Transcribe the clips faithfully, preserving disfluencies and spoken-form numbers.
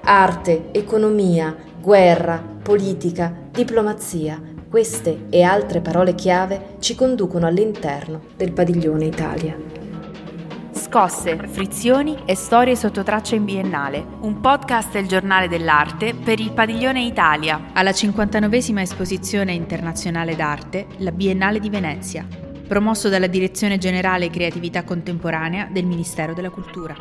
Arte, economia, guerra, politica, diplomazia, queste e altre parole chiave ci conducono all'interno del Padiglione Italia. Scosse, frizioni e storie sotto traccia in biennale, un podcast del Giornale dell'Arte per il Padiglione Italia, alla cinquantanovesima esposizione internazionale d'arte, la Biennale di Venezia, promosso dalla Direzione Generale Creatività Contemporanea del Ministero della Cultura.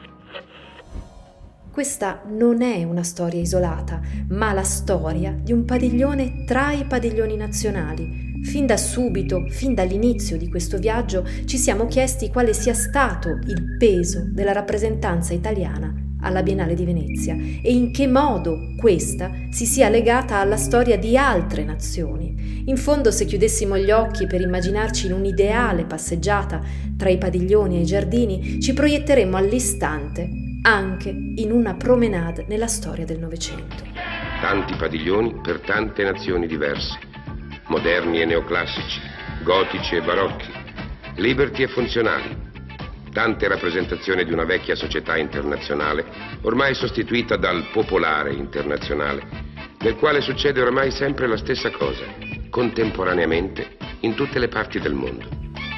Questa non è una storia isolata, ma la storia di un padiglione tra i padiglioni nazionali. Fin da subito, fin dall'inizio di questo viaggio, ci siamo chiesti quale sia stato il peso della rappresentanza italiana alla Biennale di Venezia e in che modo questa si sia legata alla storia di altre nazioni. In fondo, se chiudessimo gli occhi per immaginarci in un'ideale passeggiata tra i padiglioni e i giardini, ci proietteremmo all'istante anche in una promenade nella storia del Novecento. Tanti padiglioni per tante nazioni diverse, moderni e neoclassici, gotici e barocchi, liberty e funzionali. Tante rappresentazioni di una vecchia società internazionale, ormai sostituita dal popolare internazionale, nel quale succede ormai sempre la stessa cosa, contemporaneamente in tutte le parti del mondo.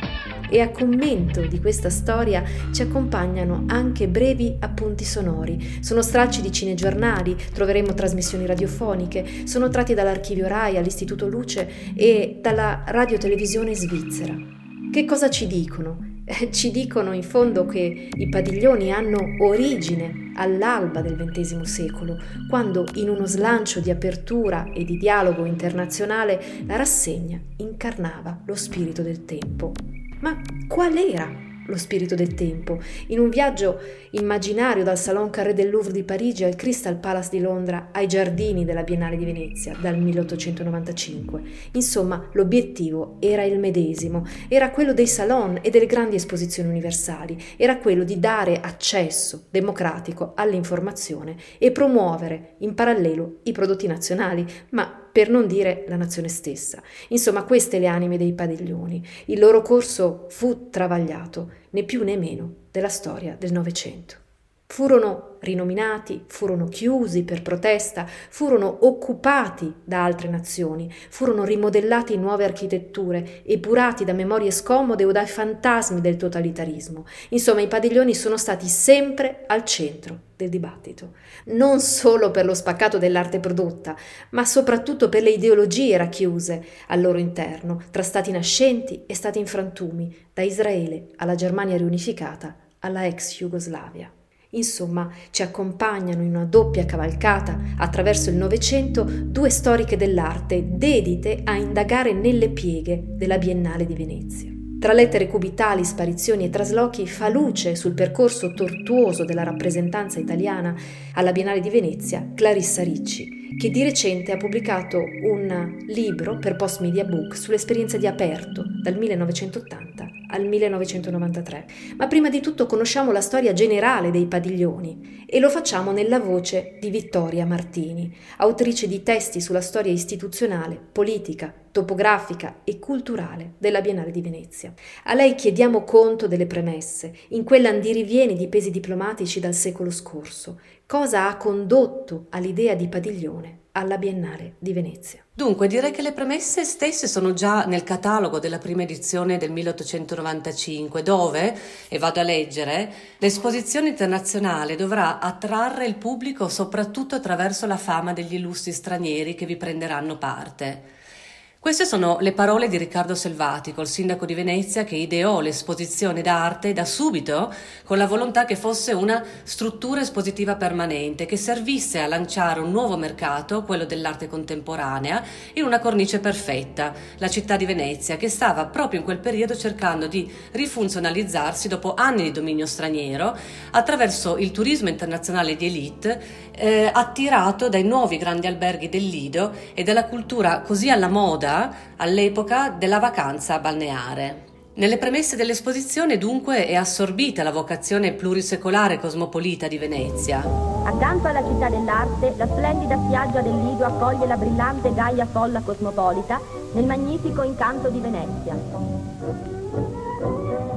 E a commento di questa storia ci accompagnano anche brevi appunti sonori. Sono stralci di cinegiornali, troveremo trasmissioni radiofoniche, sono tratti dall'Archivio Rai, all'Istituto Luce e dalla radiotelevisione svizzera. Che cosa ci dicono? Eh, ci dicono in fondo che i padiglioni hanno origine all'alba del ventesimo secolo, quando in uno slancio di apertura e di dialogo internazionale la rassegna incarnava lo spirito del tempo. Ma qual era lo spirito del tempo? In un viaggio immaginario dal Salon Carré del Louvre di Parigi al Crystal Palace di Londra ai giardini della Biennale di Venezia dal milleottocentonovantacinque. Insomma, l'obiettivo era il medesimo, era quello dei salon e delle grandi esposizioni universali, era quello di dare accesso democratico all'informazione e promuovere in parallelo i prodotti nazionali, ma per non dire la nazione stessa. Insomma, queste le anime dei padiglioni. Il loro corso fu travagliato, né più né meno della storia del Novecento. Furono rinominati, furono chiusi per protesta, furono occupati da altre nazioni, furono rimodellati in nuove architetture, epurati da memorie scomode o dai fantasmi del totalitarismo. Insomma, i padiglioni sono stati sempre al centro del dibattito, non solo per lo spaccato dell'arte prodotta, ma soprattutto per le ideologie racchiuse al loro interno, tra stati nascenti e stati in frantumi, da Israele alla Germania riunificata alla ex Jugoslavia. Insomma, ci accompagnano in una doppia cavalcata attraverso il Novecento due storiche dell'arte dedite a indagare nelle pieghe della Biennale di Venezia. Tra lettere cubitali, sparizioni e traslochi fa luce sul percorso tortuoso della rappresentanza italiana alla Biennale di Venezia Clarissa Ricci, che di recente ha pubblicato un libro per Post Media Book sull'esperienza di Aperto dal millenovecentottanta al millenovecentonovantatré. Ma prima di tutto conosciamo la storia generale dei padiglioni e lo facciamo nella voce di Vittoria Martini, autrice di testi sulla storia istituzionale, politica, topografica e culturale della Biennale di Venezia. A lei chiediamo conto delle premesse, in quell'andirivieni di pesi diplomatici dal secolo scorso. Cosa ha condotto all'idea di padiglione alla Biennale di Venezia? Dunque, direi che le premesse stesse sono già nel catalogo della prima edizione del milleottocentonovantacinque, dove, e vado a leggere, l'esposizione internazionale dovrà attrarre il pubblico soprattutto attraverso la fama degli illustri stranieri che vi prenderanno parte. Queste sono le parole di Riccardo Selvatico, il sindaco di Venezia, che ideò l'esposizione d'arte da subito con la volontà che fosse una struttura espositiva permanente che servisse a lanciare un nuovo mercato, quello dell'arte contemporanea, in una cornice perfetta, la città di Venezia, che stava proprio in quel periodo cercando di rifunzionalizzarsi dopo anni di dominio straniero attraverso il turismo internazionale di élite eh, attirato dai nuovi grandi alberghi del Lido e dalla cultura così alla moda all'epoca della vacanza balneare. Nelle premesse dell'esposizione dunque è assorbita la vocazione plurisecolare cosmopolita di Venezia. Accanto alla città dell'arte, la splendida spiaggia del Lido accoglie la brillante e gaia folla cosmopolita nel magnifico incanto di Venezia.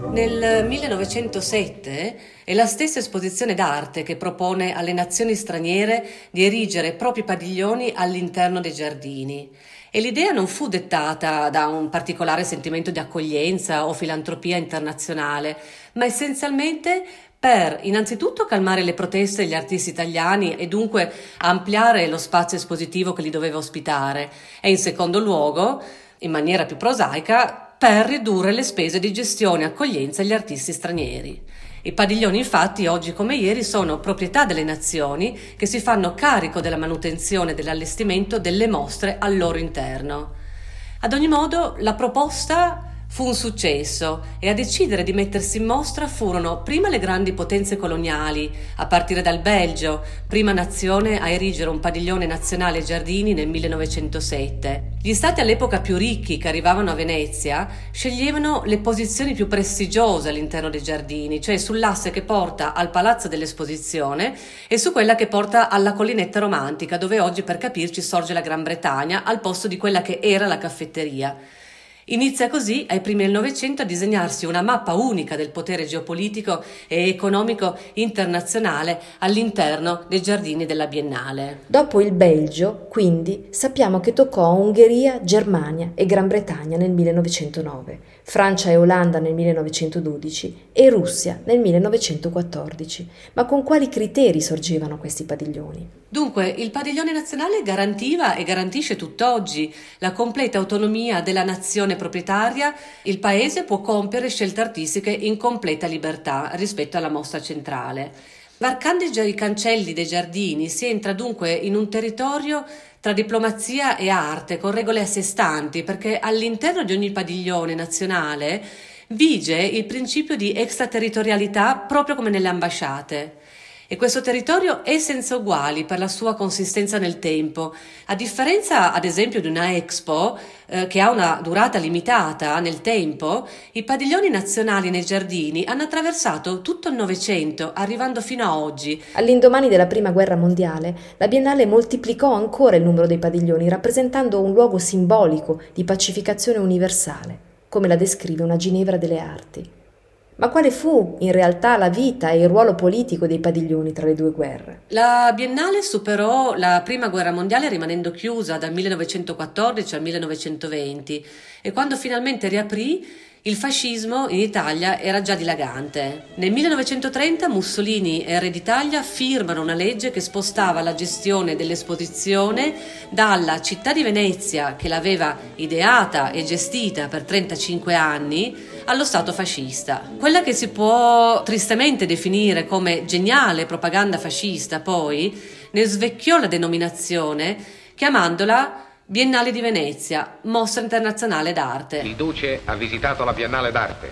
Nel millenovecentosette è la stessa esposizione d'arte che propone alle nazioni straniere di erigere propri padiglioni all'interno dei giardini. E l'idea non fu dettata da un particolare sentimento di accoglienza o filantropia internazionale, ma essenzialmente per innanzitutto calmare le proteste degli artisti italiani e dunque ampliare lo spazio espositivo che li doveva ospitare, e in secondo luogo, in maniera più prosaica, per ridurre le spese di gestione e accoglienza agli artisti stranieri. I padiglioni infatti oggi come ieri sono proprietà delle nazioni che si fanno carico della manutenzione e dell'allestimento delle mostre al loro interno. Ad ogni modo la proposta fu un successo e a decidere di mettersi in mostra furono prima le grandi potenze coloniali, a partire dal Belgio, prima nazione a erigere un padiglione nazionale ai giardini nel millenovecentosette. Gli stati all'epoca più ricchi che arrivavano a Venezia sceglievano le posizioni più prestigiose all'interno dei giardini, cioè sull'asse che porta al Palazzo dell'Esposizione e su quella che porta alla Collinetta Romantica, dove oggi, per capirci, sorge la Gran Bretagna al posto di quella che era la caffetteria. Inizia così, ai primi del Novecento, a disegnarsi una mappa unica del potere geopolitico e economico internazionale all'interno dei giardini della Biennale. Dopo il Belgio, quindi, sappiamo che toccò Ungheria, Germania e Gran Bretagna nel millenovecentonove, Francia e Olanda nel millenovecentododici e Russia nel millenovecentoquattordici. Ma con quali criteri sorgevano questi padiglioni? Dunque, il padiglione nazionale garantiva e garantisce tutt'oggi la completa autonomia della nazione proprietaria. Il paese può compiere scelte artistiche in completa libertà rispetto alla mostra centrale. Varcando i cancelli dei giardini si entra dunque in un territorio tra diplomazia e arte, con regole a sé stanti, perché all'interno di ogni padiglione nazionale vige il principio di extraterritorialità proprio come nelle ambasciate. E questo territorio è senza uguali per la sua consistenza nel tempo. A differenza, ad esempio, di una Expo, eh, che ha una durata limitata nel tempo, i padiglioni nazionali nei giardini hanno attraversato tutto il Novecento, arrivando fino a oggi. All'indomani della Prima Guerra Mondiale, la Biennale moltiplicò ancora il numero dei padiglioni, rappresentando un luogo simbolico di pacificazione universale, come la descrive una Ginevra delle Arti. Ma quale fu in realtà la vita e il ruolo politico dei padiglioni tra le due guerre? La Biennale superò la Prima Guerra Mondiale rimanendo chiusa dal millenovecentoquattordici al millenovecentoventi e quando finalmente riaprì il fascismo in Italia era già dilagante. Nel millenovecentotrenta Mussolini e Re d'Italia firmano una legge che spostava la gestione dell'esposizione dalla città di Venezia, che l'aveva ideata e gestita per trentacinque anni, allo Stato fascista. Quella che si può tristemente definire come geniale propaganda fascista, poi, ne svecchiò la denominazione chiamandola Biennale di Venezia, mostra internazionale d'arte. Il Duce ha visitato la Biennale d'arte.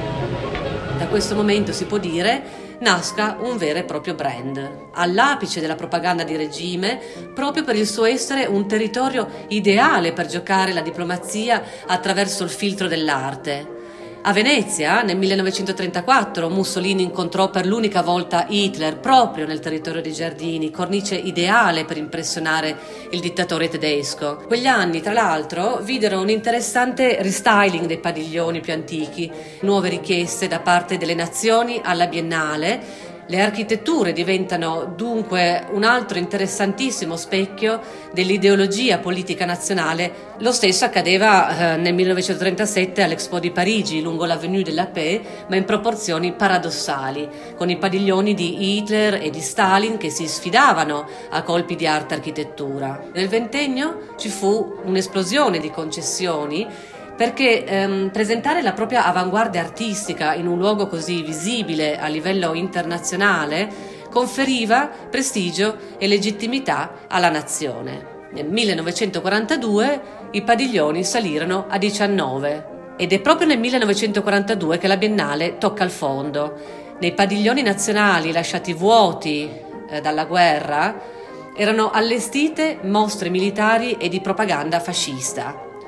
Da questo momento si può dire nasca un vero e proprio brand, all'apice della propaganda di regime, proprio per il suo essere un territorio ideale per giocare la diplomazia attraverso il filtro dell'arte. A Venezia, nel millenovecentotrentaquattro, Mussolini incontrò per l'unica volta Hitler proprio nel territorio dei giardini, cornice ideale per impressionare il dittatore tedesco. Quegli anni, tra l'altro, videro un interessante restyling dei padiglioni più antichi, nuove richieste da parte delle nazioni alla Biennale. Le architetture diventano dunque un altro interessantissimo specchio dell'ideologia politica nazionale. Lo stesso accadeva eh, nel millenovecentotrentasette all'Expo di Parigi, lungo l'Avenue de la Paix, ma in proporzioni paradossali, con i padiglioni di Hitler e di Stalin che si sfidavano a colpi di arte e architettura. Nel ventennio ci fu un'esplosione di concessioni, perché ehm, presentare la propria avanguardia artistica in un luogo così visibile a livello internazionale conferiva prestigio e legittimità alla nazione. Nel millenovecentoquarantadue i padiglioni salirono a diciannove ed è proprio nel millenovecentoquarantadue che la Biennale tocca il fondo. Nei padiglioni nazionali lasciati vuoti eh, dalla guerra erano allestite mostre militari e di propaganda fascista.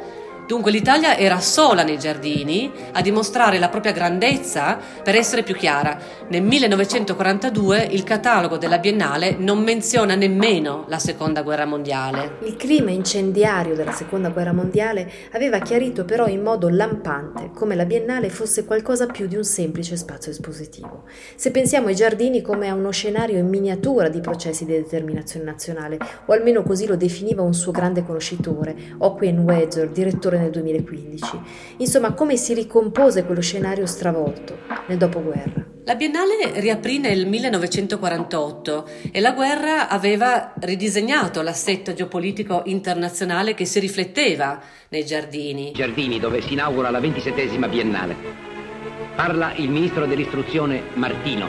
Dunque l'Italia era sola nei giardini a dimostrare la propria grandezza. Per essere più chiara, nel millenovecentoquarantadue il catalogo della Biennale non menziona nemmeno la Seconda Guerra Mondiale. Il clima incendiario della Seconda Guerra Mondiale aveva chiarito però in modo lampante come la Biennale fosse qualcosa più di un semplice spazio espositivo. Se pensiamo ai giardini come a uno scenario in miniatura di processi di determinazione nazionale, o almeno così lo definiva un suo grande conoscitore, Owen Wisor, direttore nel duemilaquindici. Insomma, come si ricompose quello scenario stravolto nel dopoguerra. La Biennale riaprì nel millenovecentoquarantotto e la guerra aveva ridisegnato l'assetto geopolitico internazionale che si rifletteva nei giardini. Giardini, dove si inaugura la ventisettesima Biennale. Parla il ministro dell'istruzione Martino.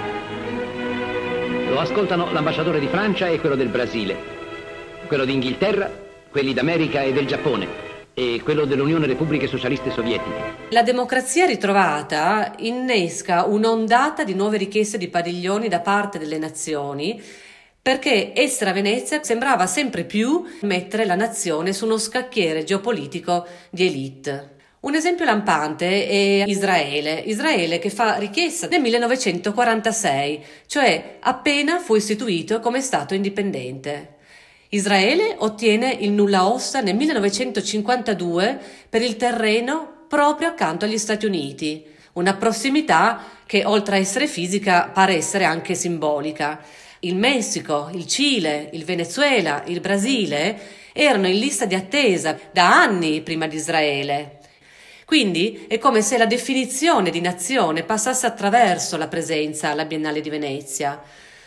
Lo ascoltano l'ambasciatore di Francia e quello del Brasile, quello d'Inghilterra, quelli d'America e del Giappone, e quello dell'Unione Repubbliche Socialiste Sovietiche. La democrazia ritrovata innesca un'ondata di nuove richieste di padiglioni da parte delle nazioni, perché essere a Venezia sembrava sempre più mettere la nazione su uno scacchiere geopolitico di élite. Un esempio lampante è Israele, Israele che fa richiesta nel millenovecentoquarantasei, cioè appena fu istituito come Stato indipendente. Israele ottiene il nulla osta nel millenovecentocinquantadue per il terreno proprio accanto agli Stati Uniti, una prossimità che oltre a essere fisica pare essere anche simbolica. Il Messico, il Cile, il Venezuela, il Brasile erano in lista di attesa da anni prima di Israele. Quindi è come se la definizione di nazione passasse attraverso la presenza alla Biennale di Venezia.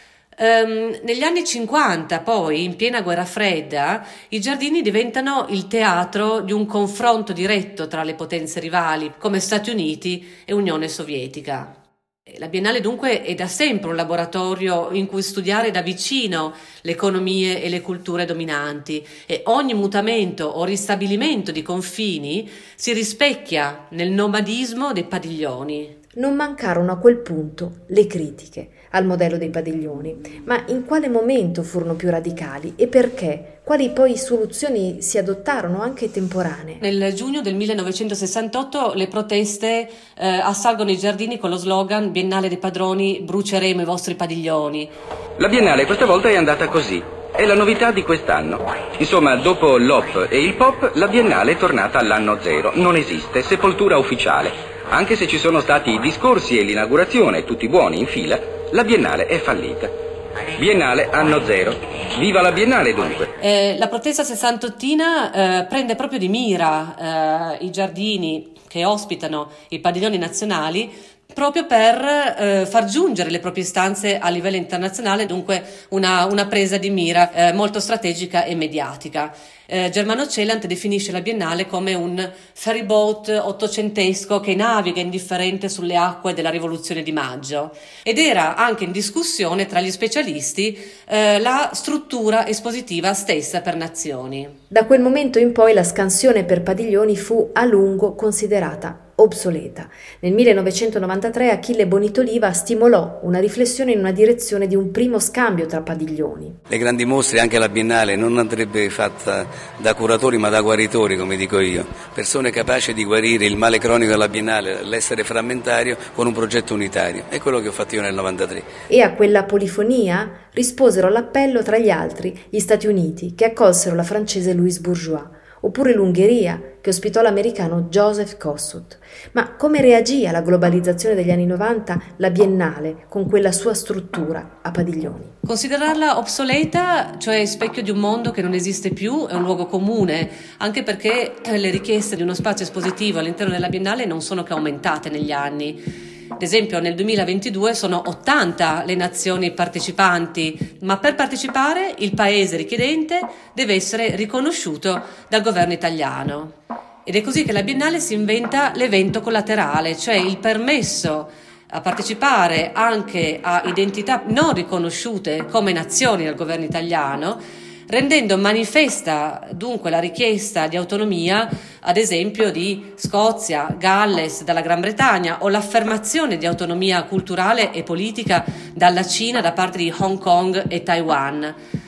Um, negli anni cinquanta, poi, in piena guerra fredda, i giardini diventano il teatro di un confronto diretto tra le potenze rivali come Stati Uniti e Unione Sovietica. La Biennale dunque è da sempre un laboratorio in cui studiare da vicino le economie e le culture dominanti, e ogni mutamento o ristabilimento di confini si rispecchia nel nomadismo dei padiglioni. Non mancarono a quel punto le critiche al modello dei padiglioni, ma in quale momento furono più radicali e perché? Quali poi soluzioni si adottarono anche temporanee? Nel giugno del millenovecentosessantotto le proteste eh, assalgono i giardini con lo slogan Biennale dei padroni, bruceremo i vostri padiglioni. La Biennale questa volta è andata così. È la novità di quest'anno. Insomma, dopo l'O P e il Pop, la Biennale è tornata all'anno zero. Non esiste sepoltura ufficiale. Anche se ci sono stati i discorsi e l'inaugurazione, tutti buoni in fila, la Biennale è fallita. Biennale anno zero. Viva la Biennale dunque! Eh, la protesta sessantottina eh, prende proprio di mira eh, i giardini che ospitano i padiglioni nazionali proprio per eh, far giungere le proprie istanze a livello internazionale, dunque una, una presa di mira eh, molto strategica e mediatica. Eh, Germano Celant definisce la Biennale come un ferryboat ottocentesco che naviga indifferente sulle acque della Rivoluzione di Maggio, ed era anche in discussione tra gli specialisti eh, la struttura espositiva stessa per nazioni. Da quel momento in poi la scansione per padiglioni fu a lungo considerata obsoleta. Nel millenovecentonovantatré Achille Bonitoliva stimolò una riflessione in una direzione di un primo scambio tra padiglioni. Le grandi mostre, anche la Biennale, non andrebbe fatta da curatori ma da guaritori, come dico io, persone capaci di guarire il male cronico della Biennale, l'essere frammentario, con un progetto unitario. È quello che ho fatto io nel novantatré. E a quella polifonia risposero all'appello tra gli altri gli Stati Uniti, che accolsero la francese Louise Bourgeois, oppure l'Ungheria, che ospitò l'americano Joseph Kossuth. Ma come reagì alla globalizzazione degli anni novanta la Biennale con quella sua struttura a padiglioni? Considerarla obsoleta, cioè specchio di un mondo che non esiste più, è un luogo comune, anche perché le richieste di uno spazio espositivo all'interno della Biennale non sono che aumentate negli anni. Ad esempio nel duemilaventidue sono ottanta le nazioni partecipanti, ma per partecipare il paese richiedente deve essere riconosciuto dal governo italiano. Ed è così che la Biennale si inventa l'evento collaterale, cioè il permesso a partecipare anche a identità non riconosciute come nazioni dal governo italiano, rendendo manifesta dunque la richiesta di autonomia, ad esempio di Scozia, Galles, dalla Gran Bretagna, o l'affermazione di autonomia culturale e politica dalla Cina da parte di Hong Kong e Taiwan.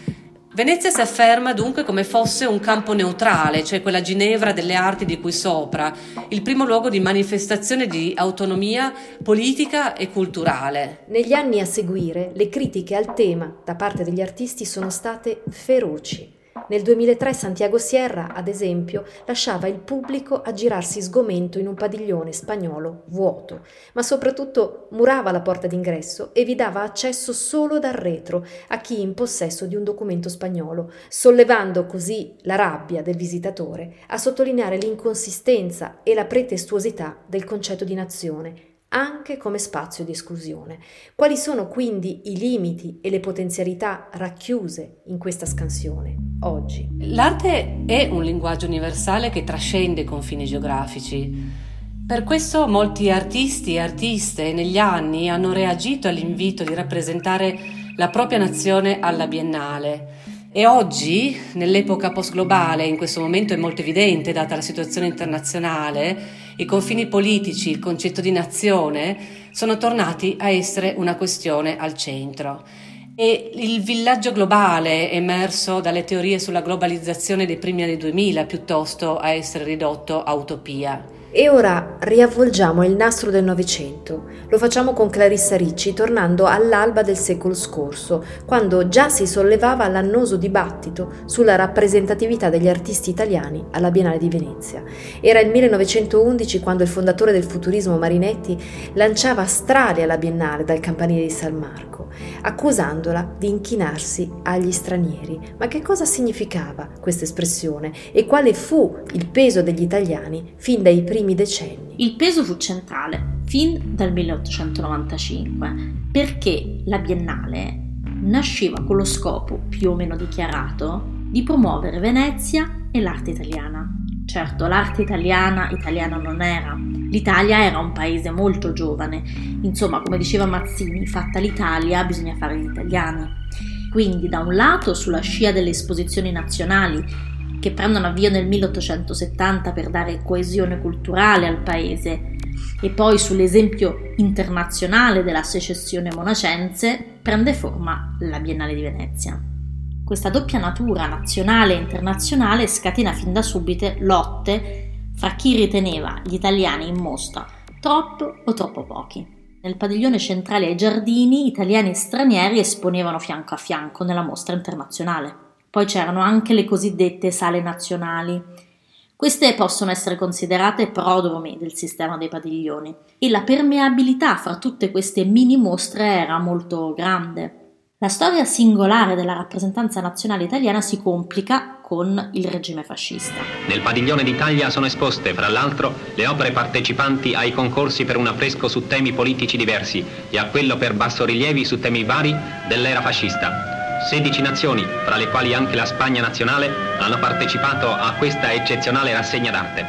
Venezia si afferma dunque come fosse un campo neutrale, cioè quella Ginevra delle arti di cui sopra, il primo luogo di manifestazione di autonomia politica e culturale. Negli anni a seguire le critiche al tema da parte degli artisti sono state feroci. Nel duemilatré Santiago Sierra, ad esempio, lasciava il pubblico aggirarsi sgomento in un padiglione spagnolo vuoto, ma soprattutto murava la porta d'ingresso e vi dava accesso solo dal retro a chi in possesso di un documento spagnolo, sollevando così la rabbia del visitatore a sottolineare l'inconsistenza e la pretestuosità del concetto di nazione, anche come spazio di esclusione. Quali sono quindi i limiti e le potenzialità racchiuse in questa scansione oggi? L'arte è un linguaggio universale che trascende i confini geografici. Per questo molti artisti e artiste negli anni hanno reagito all'invito di rappresentare la propria nazione alla Biennale. E oggi, nell'epoca post-globale, in questo momento è molto evidente, data la situazione internazionale, i confini politici, il concetto di nazione, sono tornati a essere una questione al centro. E il villaggio globale emerso dalle teorie sulla globalizzazione dei primi anni duemila, piuttosto a essere ridotto a utopia. E ora riavvolgiamo il nastro del Novecento. Lo facciamo con Clarissa Ricci, tornando all'alba del secolo scorso, quando già si sollevava l'annoso dibattito sulla rappresentatività degli artisti italiani alla Biennale di Venezia. Era il millenovecentoundici quando il fondatore del futurismo Marinetti lanciava strali alla Biennale dal campanile di San Marco, accusandola di inchinarsi agli stranieri. Ma che cosa significava questa espressione e quale fu il peso degli italiani fin dai primi decenni? Il peso fu centrale fin dal milleottocentonovantacinque, perché la Biennale nasceva con lo scopo più o meno dichiarato di promuovere Venezia e l'arte italiana. Certo, l'arte italiana italiana non era. L'Italia era un paese molto giovane. Insomma, come diceva Mazzini, fatta l'Italia bisogna fare gli italiani. Quindi, da un lato, sulla scia delle esposizioni nazionali che prendono avvio nel milleottocentosettanta per dare coesione culturale al paese, e poi sull'esempio internazionale della secessione monacense prende forma la Biennale di Venezia. Questa doppia natura nazionale e internazionale scatena fin da subito lotte fra chi riteneva gli italiani in mostra troppo o troppo pochi. Nel padiglione centrale ai Giardini, italiani e stranieri esponevano fianco a fianco nella mostra internazionale. Poi c'erano anche le cosiddette sale nazionali. Queste possono essere considerate prodromi del sistema dei padiglioni e la permeabilità fra tutte queste mini mostre era molto grande. La storia singolare della rappresentanza nazionale italiana si complica con il regime fascista. Nel padiglione d'Italia sono esposte, fra l'altro, le opere partecipanti ai concorsi per un affresco su temi politici diversi e a quello per bassorilievi su temi vari dell'era fascista. sedici nazioni, fra le quali anche la Spagna nazionale, hanno partecipato a questa eccezionale rassegna d'arte.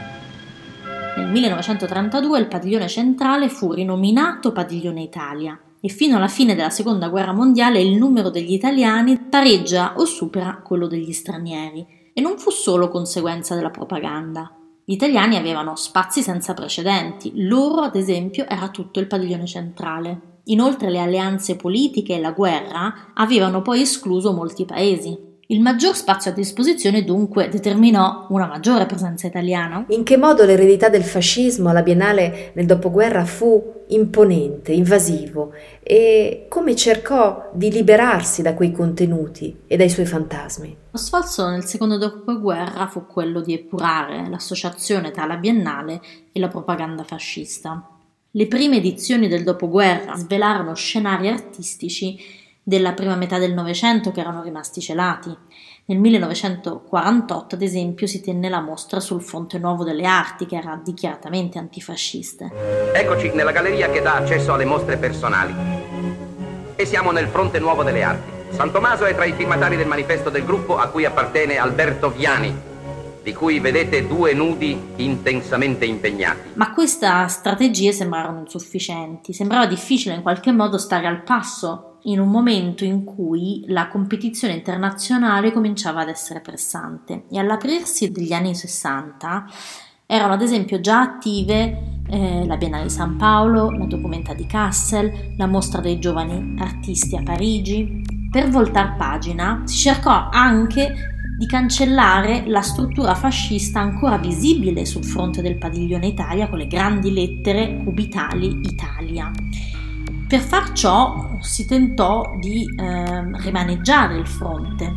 Nel millenovecentotrentadue il padiglione centrale fu rinominato Padiglione Italia e fino alla fine della Seconda Guerra Mondiale il numero degli italiani pareggia o supera quello degli stranieri. E non fu solo conseguenza della propaganda. Gli italiani avevano spazi senza precedenti, loro ad esempio era tutto il padiglione centrale. Inoltre le alleanze politiche e la guerra avevano poi escluso molti paesi. Il maggior spazio a disposizione dunque determinò una maggiore presenza italiana. In che modo l'eredità del fascismo alla Biennale nel dopoguerra fu imponente, invasivo e come cercò di liberarsi da quei contenuti e dai suoi fantasmi? Lo sforzo nel secondo dopoguerra fu quello di epurare l'associazione tra la Biennale e la propaganda fascista. Le prime edizioni del dopoguerra svelarono scenari artistici della prima metà del Novecento che erano rimasti celati. Nel millenovecentoquarantotto, ad esempio, si tenne la mostra sul Fonte Nuovo delle Arti, che era dichiaratamente antifascista. Eccoci nella galleria che dà accesso alle mostre personali. E siamo nel Fronte Nuovo delle Arti. San Tommaso è tra i firmatari del manifesto del gruppo a cui appartiene Alberto Viani, di cui vedete due nudi intensamente impegnati. Ma queste strategie sembrarono insufficienti, sembrava difficile in qualche modo stare al passo in un momento in cui la competizione internazionale cominciava ad essere pressante e all'aprirsi degli anni sessanta erano ad esempio già attive eh, la Biennale di San Paolo, la Documenta di Kassel, la Mostra dei Giovani Artisti a Parigi. Per voltar pagina si cercò anche di cancellare la struttura fascista ancora visibile sul fronte del padiglione Italia con le grandi lettere cubitali Italia. Per far ciò si tentò di eh, rimaneggiare il fronte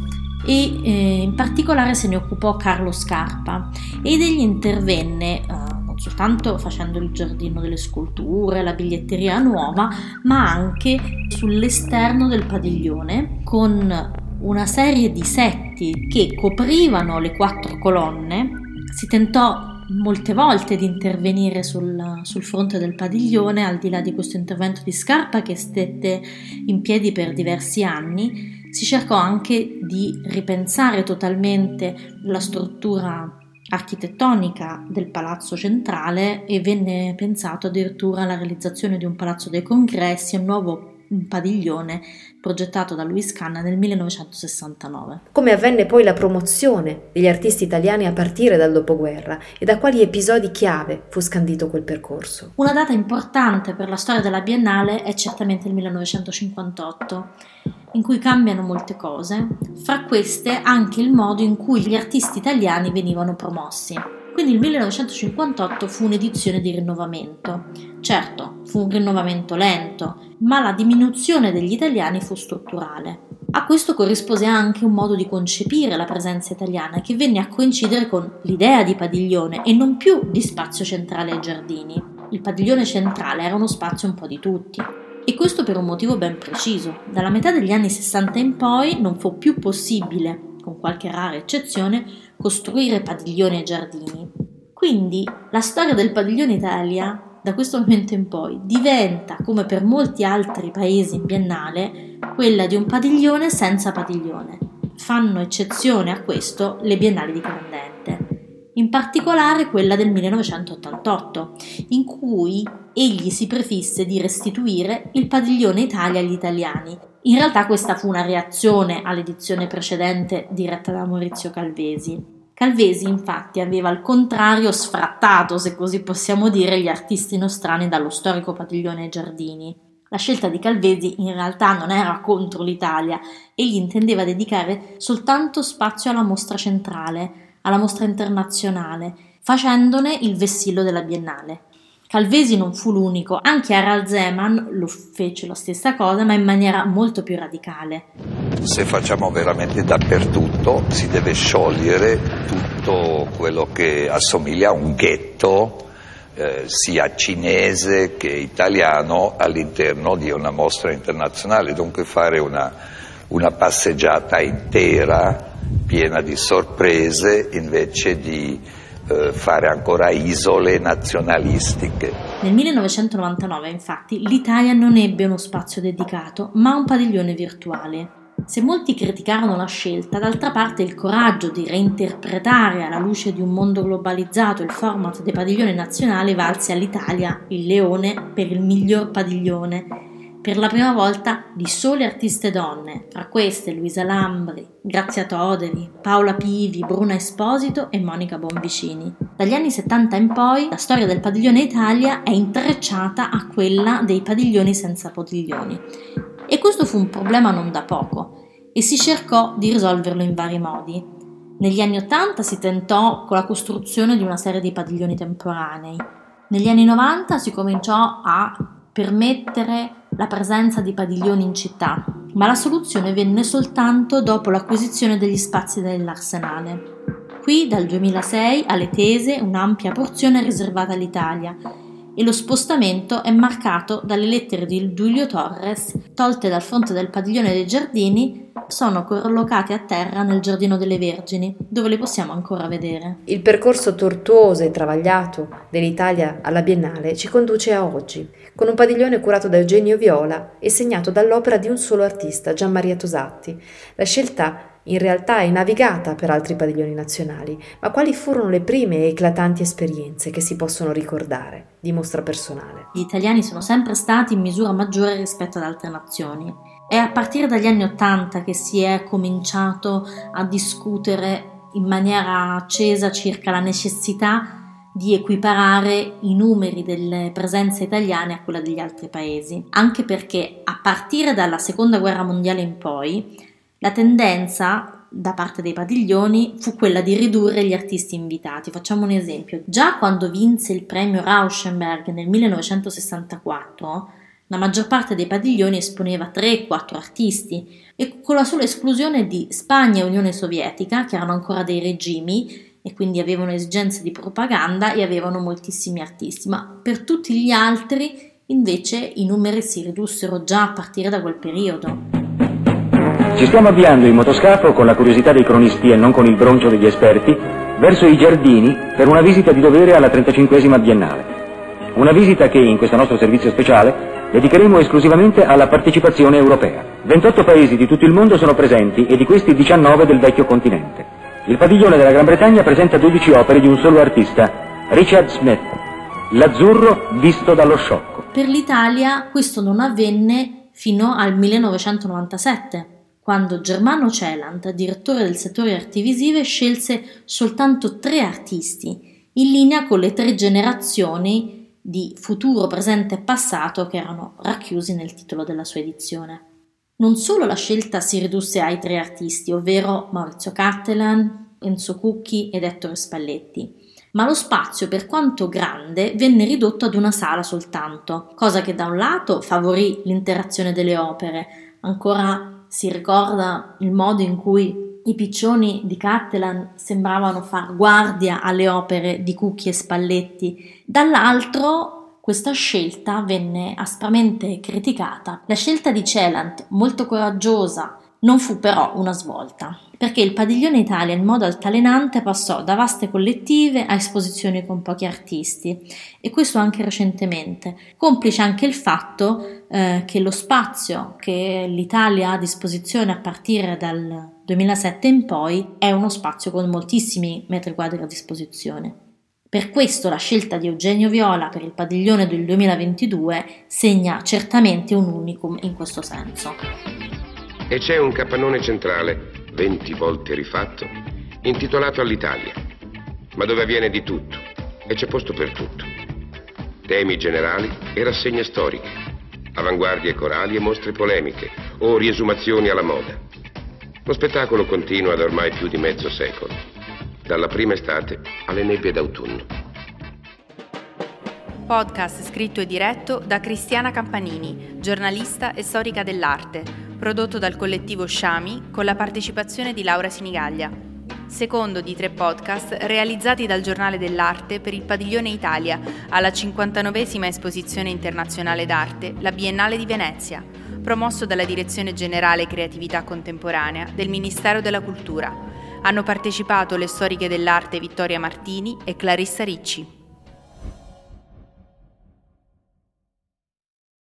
e eh, in particolare se ne occupò Carlo Scarpa ed egli intervenne eh, non soltanto facendo il giardino delle sculture, la biglietteria nuova, ma anche sull'esterno del padiglione con una serie di setti che coprivano le quattro colonne. Si tentò molte volte di intervenire sul, sul fronte del padiglione, al di là di questo intervento di Scarpa che stette in piedi per diversi anni. Si cercò anche di ripensare totalmente la struttura architettonica del palazzo centrale e venne pensato addirittura alla realizzazione di un palazzo dei congressi, un nuovo padiglione progettato da Luis Canna nel millenovecentosessantanove. Come avvenne poi la promozione degli artisti italiani a partire dal dopoguerra e da quali episodi chiave fu scandito quel percorso? Una data importante per la storia della Biennale è certamente il millenovecentocinquantotto, in cui cambiano molte cose, fra queste anche il modo in cui gli artisti italiani venivano promossi. Quindi il millenovecentocinquantotto fu un'edizione di rinnovamento. Certo, fu un rinnovamento lento, ma la diminuzione degli italiani fu strutturale. A questo corrispose anche un modo di concepire la presenza italiana che venne a coincidere con l'idea di padiglione e non più di spazio centrale ai giardini. Il padiglione centrale era uno spazio un po' di tutti. E questo per un motivo ben preciso. Dalla metà degli anni sessanta in poi non fu più possibile, con qualche rara eccezione, costruire padiglioni e giardini. Quindi la storia del padiglione Italia, da questo momento in poi, diventa, come per molti altri paesi in biennale, quella di un padiglione senza padiglione. Fanno eccezione a questo le biennali di Candente, in particolare quella del millenovecentottantotto, in cui egli si prefisse di restituire il padiglione Italia agli italiani. In realtà questa fu una reazione all'edizione precedente diretta da Maurizio Calvesi. Calvesi infatti aveva al contrario sfrattato, se così possiamo dire, gli artisti nostrani dallo storico padiglione ai giardini. La scelta di Calvesi in realtà non era contro l'Italia, egli intendeva dedicare soltanto spazio alla mostra centrale, alla mostra internazionale, facendone il vessillo della Biennale. Calvesi non fu l'unico, anche Harald Zeman lo fece la stessa cosa, ma in maniera molto più radicale. Se facciamo veramente dappertutto, si deve sciogliere tutto quello che assomiglia a un ghetto, eh, sia cinese che italiano, all'interno di una mostra internazionale. Dunque fare una, una passeggiata intera, piena di sorprese, invece di fare ancora isole nazionalistiche. Nel millenovecentonovantanove, infatti, l'Italia non ebbe uno spazio dedicato, ma un padiglione virtuale. Se molti criticarono la scelta, d'altra parte il coraggio di reinterpretare alla luce di un mondo globalizzato il format dei padiglioni nazionali valse all'Italia il leone per il miglior padiglione, per la prima volta di sole artiste donne, tra queste Luisa Lambri, Grazia Toderi, Paola Pivi, Bruna Esposito e Monica Bonvicini. Dagli anni settanta in poi la storia del padiglione Italia è intrecciata a quella dei padiglioni senza padiglioni. E questo fu un problema non da poco e si cercò di risolverlo in vari modi. Negli anni ottanta si tentò con la costruzione di una serie di padiglioni temporanei. Negli anni novanta si cominciò a permettere la presenza di padiglioni in città, ma la soluzione venne soltanto dopo l'acquisizione degli spazi dell'Arsenale. Qui dal duemilasei alle Tese un'ampia porzione è riservata all'Italia e lo spostamento è marcato dalle lettere di Giulio Torres, tolte dal fronte del padiglione dei giardini, sono collocate a terra nel Giardino delle Vergini, dove le possiamo ancora vedere. Il percorso tortuoso e travagliato dell'Italia alla Biennale ci conduce a oggi, con un padiglione curato da Eugenio Viola e segnato dall'opera di un solo artista, Gianmaria Tosatti. La scelta in realtà è navigata per altri padiglioni nazionali, ma quali furono le prime e eclatanti esperienze che si possono ricordare di mostra personale? Gli italiani sono sempre stati in misura maggiore rispetto ad altre nazioni. È a partire dagli anni Ottanta che si è cominciato a discutere in maniera accesa circa la necessità di equiparare i numeri delle presenze italiane a quella degli altri paesi, anche perché a partire dalla seconda guerra mondiale in poi la tendenza da parte dei padiglioni fu quella di ridurre gli artisti invitati. Facciamo un esempio: già quando vinse il premio Rauschenberg nel millenovecentosessantaquattro la maggior parte dei padiglioni esponeva tre quattro artisti, e con la sola esclusione di Spagna e Unione Sovietica, che erano ancora dei regimi e quindi avevano esigenze di propaganda e avevano moltissimi artisti, ma per tutti gli altri invece i numeri si ridussero già a partire da quel periodo. Ci stiamo avviando in motoscafo, con la curiosità dei cronisti e non con il broncio degli esperti, verso i giardini per una visita di dovere alla trentacinquesima Biennale. Una visita che in questo nostro servizio speciale dedicheremo esclusivamente alla partecipazione europea. ventotto paesi di tutto il mondo sono presenti e di questi diciannove del vecchio continente. Il padiglione della Gran Bretagna presenta dodici opere di un solo artista, Richard Smith, L'azzurro visto dallo sciocco. Per l'Italia questo non avvenne fino al millenovecentonovantasette, quando Germano Celant, direttore del settore arti visive, scelse soltanto tre artisti, in linea con le tre generazioni di futuro, presente e passato che erano racchiusi nel titolo della sua edizione. Non solo la scelta si ridusse ai tre artisti, ovvero Maurizio Cattelan, Enzo Cucchi ed Ettore Spalletti, ma lo spazio, per quanto grande, venne ridotto ad una sala soltanto, cosa che da un lato favorì l'interazione delle opere. Ancora si ricorda il modo in cui i piccioni di Cattelan sembravano far guardia alle opere di Cucchi e Spalletti, dall'altro questa scelta venne aspramente criticata. La scelta di Celant, molto coraggiosa, non fu però una svolta, perché il Padiglione Italia in modo altalenante passò da vaste collettive a esposizioni con pochi artisti, e questo anche recentemente, complice anche il fatto eh, che lo spazio che l'Italia ha a disposizione a partire dal duemilasette in poi è uno spazio con moltissimi metri quadri a disposizione. Per questo la scelta di Eugenio Viola per il padiglione del duemilaventidue segna certamente un unicum in questo senso. E c'è un capannone centrale, venti volte rifatto, intitolato all'Italia, ma dove avviene di tutto e c'è posto per tutto. Temi generali e rassegne storiche, avanguardie corali e mostre polemiche o riesumazioni alla moda. Lo spettacolo continua da ormai più di mezzo secolo, dalla prima estate alle nebbie d'autunno. Podcast scritto e diretto da Cristiana Campanini, giornalista e storica dell'arte, prodotto dal collettivo Sciami con la partecipazione di Laura Sinigaglia. Secondo di tre podcast realizzati dal Giornale dell'Arte per il Padiglione Italia alla cinquantanovesima Esposizione Internazionale d'Arte, la Biennale di Venezia, promosso dalla Direzione Generale Creatività Contemporanea del Ministero della Cultura. Hanno partecipato le storiche dell'arte Vittoria Martini e Clarissa Ricci.